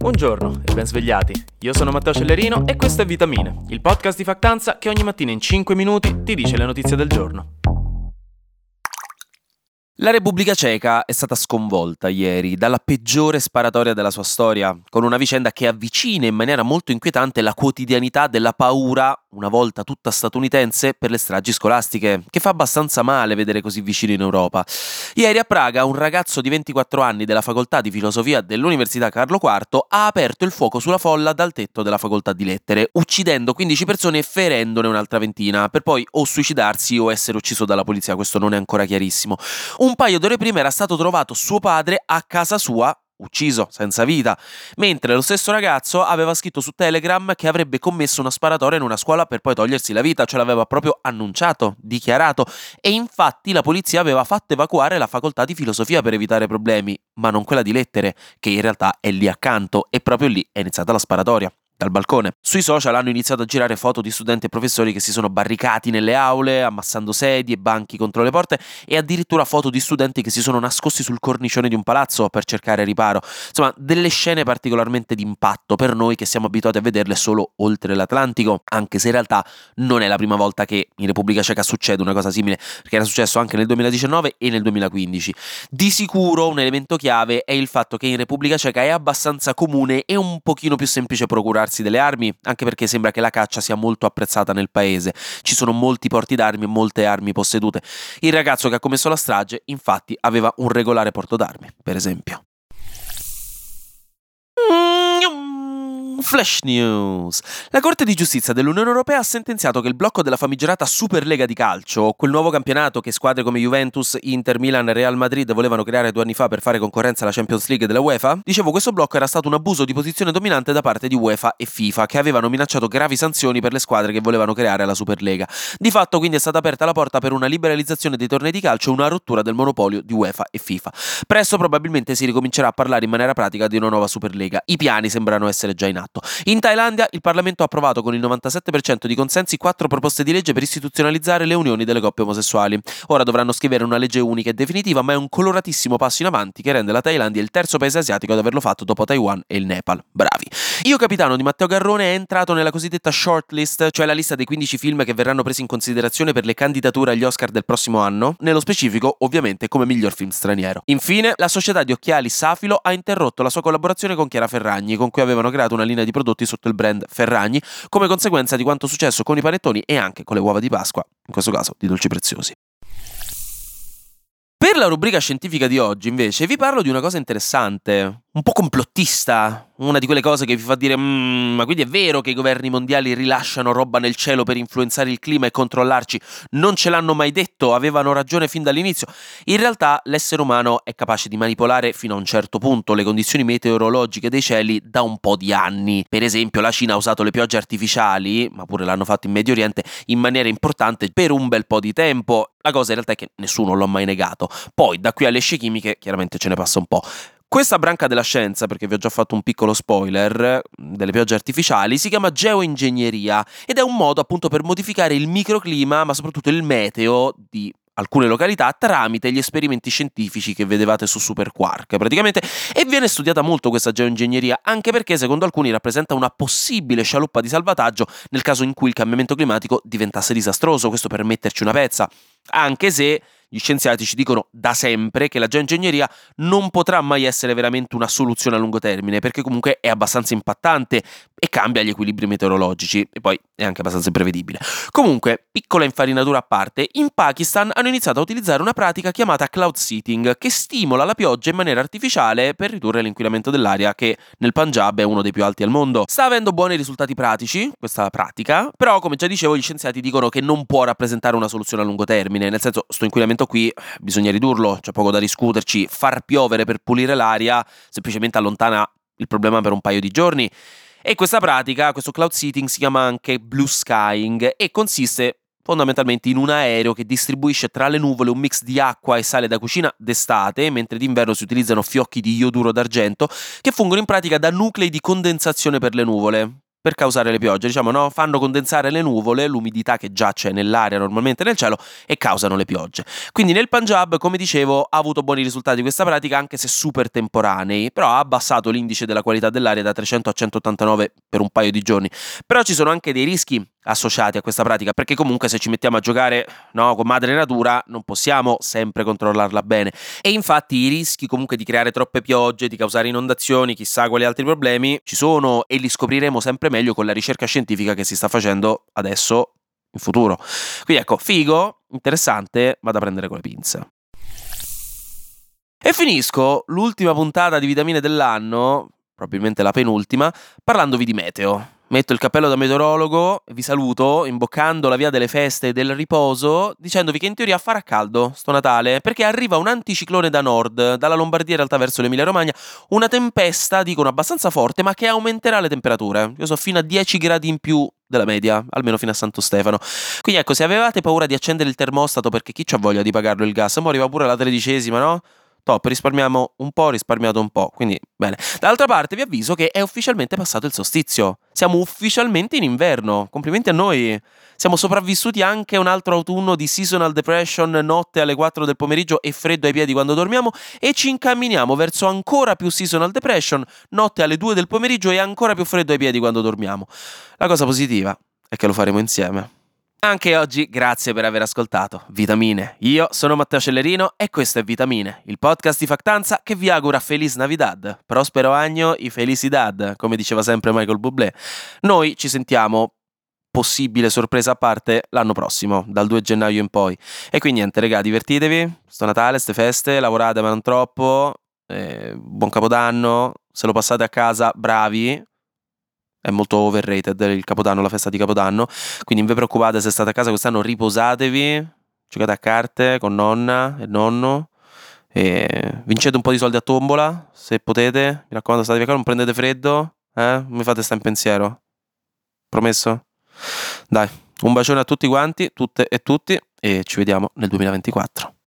Buongiorno e ben svegliati. Io sono Matteo Cellerino e questo è Vitamine, il podcast di Factanza che ogni mattina in 5 minuti ti dice le notizie del giorno. La Repubblica Ceca è stata sconvolta ieri dalla peggiore sparatoria della sua storia, con una vicenda che avvicina in maniera molto inquietante la quotidianità della paura, una volta tutta statunitense, per le stragi scolastiche, che fa abbastanza male vedere così vicino in Europa. Ieri a Praga un ragazzo di 24 anni della facoltà di filosofia dell'Università Carlo IV ha aperto il fuoco sulla folla dal tetto della facoltà di lettere, uccidendo 15 persone e ferendone un'altra ventina, per poi o suicidarsi o essere ucciso dalla polizia, questo non è ancora chiarissimo. Un paio d'ore prima era stato trovato suo padre a casa sua, ucciso, senza vita, mentre lo stesso ragazzo aveva scritto su Telegram che avrebbe commesso una sparatoria in una scuola per poi togliersi la vita, ce l'aveva proprio annunciato, dichiarato, e infatti la polizia aveva fatto evacuare la facoltà di filosofia per evitare problemi, ma non quella di lettere, che in realtà è lì accanto, e proprio lì è iniziata la sparatoria. Dal balcone. Sui social hanno iniziato a girare foto di studenti e professori che si sono barricati nelle aule, ammassando sedie e banchi contro le porte, e addirittura foto di studenti che si sono nascosti sul cornicione di un palazzo per cercare riparo. Insomma, delle scene particolarmente d'impatto per noi che siamo abituati a vederle solo oltre l'Atlantico, anche se in realtà non è la prima volta che in Repubblica Ceca succede una cosa simile, perché era successo anche nel 2019 e nel 2015. Di sicuro un elemento chiave è il fatto che in Repubblica Ceca è abbastanza comune e un pochino più semplice procurarsi delle armi, anche perché sembra che la caccia sia molto apprezzata nel paese. Ci sono molti porti d'armi e molte armi possedute. Il ragazzo che ha commesso la strage, infatti, aveva un regolare porto d'armi, per esempio. Flash News. La Corte di Giustizia dell'Unione Europea ha sentenziato che il blocco della famigerata Superlega di calcio, quel nuovo campionato che squadre come Juventus, Inter, Milan e Real Madrid volevano creare 2 anni fa per fare concorrenza alla Champions League della UEFA, questo blocco era stato un abuso di posizione dominante da parte di UEFA e FIFA, che avevano minacciato gravi sanzioni per le squadre che volevano creare la Superlega. Di fatto quindi è stata aperta la porta per una liberalizzazione dei tornei di calcio e una rottura del monopolio di UEFA e FIFA. Presto probabilmente si ricomincerà a parlare in maniera pratica di una nuova Superlega. I piani sembrano essere già in atto. In Thailandia il Parlamento ha approvato con il 97% di consensi 4 proposte di legge per istituzionalizzare le unioni delle coppie omosessuali. Ora dovranno scrivere una legge unica e definitiva, ma è un coloratissimo passo in avanti che rende la Thailandia il terzo paese asiatico ad averlo fatto dopo Taiwan e il Nepal. Bravi! Io Capitano di Matteo Garrone è entrato nella cosiddetta shortlist, cioè la lista dei 15 film che verranno presi in considerazione per le candidature agli Oscar del prossimo anno, nello specifico ovviamente come miglior film straniero. Infine, la società di occhiali Safilo ha interrotto la sua collaborazione con Chiara Ferragni, con cui avevano creato una linea di prodotti sotto il brand Ferragni, come conseguenza di quanto successo con i panettoni e anche con le uova di Pasqua, in questo caso di Dolci Preziosi. Per la rubrica scientifica di oggi, invece, vi parlo di una cosa interessante, un po' complottista, una di quelle cose che vi fa dire ma quindi è vero che i governi mondiali rilasciano roba nel cielo per influenzare il clima e controllarci? Non ce l'hanno mai detto, avevano ragione fin dall'inizio. In realtà l'essere umano è capace di manipolare fino a un certo punto le condizioni meteorologiche dei cieli da un po' di anni. Per esempio la Cina ha usato le piogge artificiali, ma pure l'hanno fatto in Medio Oriente, in maniera importante per un bel po' di tempo. La cosa in realtà è che nessuno l'ha mai negato. Poi da qui alle scie chimiche chiaramente ce ne passa un po'. Questa branca della scienza, perché vi ho già fatto un piccolo spoiler, delle piogge artificiali, si chiama geoingegneria ed è un modo appunto per modificare il microclima, ma soprattutto il meteo di alcune località tramite gli esperimenti scientifici che vedevate su Superquark praticamente, e viene studiata molto questa geoingegneria anche perché secondo alcuni rappresenta una possibile scialuppa di salvataggio nel caso in cui il cambiamento climatico diventasse disastroso, questo per metterci una pezza, anche se gli scienziati ci dicono da sempre che la geoingegneria non potrà mai essere veramente una soluzione a lungo termine, perché comunque è abbastanza impattante e cambia gli equilibri meteorologici, e poi è anche abbastanza imprevedibile. Comunque, piccola infarinatura a parte, in Pakistan hanno iniziato a utilizzare una pratica chiamata cloud seeding, che stimola la pioggia in maniera artificiale per ridurre l'inquinamento dell'aria, che nel Punjab è uno dei più alti al mondo. Sta avendo buoni risultati pratici, questa pratica, però come già dicevo gli scienziati dicono che non può rappresentare una soluzione a lungo termine, nel senso sto inquinamento qui bisogna ridurlo, c'è poco da discuterci, far piovere per pulire l'aria semplicemente allontana il problema per un paio di giorni. E questa pratica, questo cloud seeding, si chiama anche blue skying e consiste fondamentalmente in un aereo che distribuisce tra le nuvole un mix di acqua e sale da cucina d'estate, mentre d'inverno si utilizzano fiocchi di ioduro d'argento che fungono in pratica da nuclei di condensazione per le nuvole. per causare le piogge, diciamo, no? Fanno condensare le nuvole, l'umidità che già c'è nell'aria normalmente nel cielo, e causano le piogge. Quindi nel Punjab, come dicevo, ha avuto buoni risultati questa pratica, anche se super temporanei, però ha abbassato l'indice della qualità dell'aria da 300 a 189 per un paio di giorni. Però ci sono anche dei rischi associati a questa pratica, perché comunque se ci mettiamo a giocare, no, con madre natura non possiamo sempre controllarla bene, e infatti i rischi comunque di creare troppe piogge, di causare inondazioni, chissà quali altri problemi ci sono, e li scopriremo sempre meglio con la ricerca scientifica che si sta facendo adesso in futuro. Quindi ecco, figo, interessante, ma da prendere con le pinze. E finisco l'ultima puntata di Vitamine dell'anno, probabilmente la penultima, parlandovi di meteo. Metto il cappello da meteorologo, vi saluto imboccando la via delle feste e del riposo, dicendovi che in teoria farà caldo sto Natale, perché arriva un anticiclone da nord, dalla Lombardia in realtà verso l'Emilia Romagna, una tempesta, dicono abbastanza forte, ma che aumenterà le temperature. Io so fino a 10 gradi in più della media, almeno fino a Santo Stefano. Quindi ecco, se avevate paura di accendere il termostato, perché chi c'ha voglia di pagarlo il gas, mo arriva pure la 13ª, no? Top, risparmiamo un po', risparmiato un po', quindi bene. D'altra parte vi avviso che è ufficialmente passato il solstizio. Siamo ufficialmente in inverno, complimenti a noi. Siamo sopravvissuti anche a un altro autunno di seasonal depression, notte alle 4 del pomeriggio e freddo ai piedi quando dormiamo, e ci incamminiamo verso ancora più seasonal depression, notte alle 2 del pomeriggio e ancora più freddo ai piedi quando dormiamo. La cosa positiva è che lo faremo insieme. Anche oggi grazie per aver ascoltato Vitamine. Io sono Matteo Cellerino e questo è Vitamine, il podcast di Factanza che vi augura Feliz Navidad, Prospero Año y Felicidad, come diceva sempre Michael Bublé. Noi ci sentiamo, possibile sorpresa a parte, l'anno prossimo, dal 2 gennaio in poi. E quindi niente, regà, divertitevi, sto Natale, ste feste, lavorate ma non troppo, buon Capodanno, se lo passate a casa, bravi. È molto overrated il Capodanno, la festa di Capodanno, quindi non vi preoccupate se state a casa quest'anno, riposatevi, giocate a carte con nonna e nonno, e vincete un po' di soldi a tombola, se potete, mi raccomando statevi a casa, non prendete freddo, non mi fate stare in pensiero, promesso? Dai, un bacione a tutti quanti, tutte e tutti, e ci vediamo nel 2024.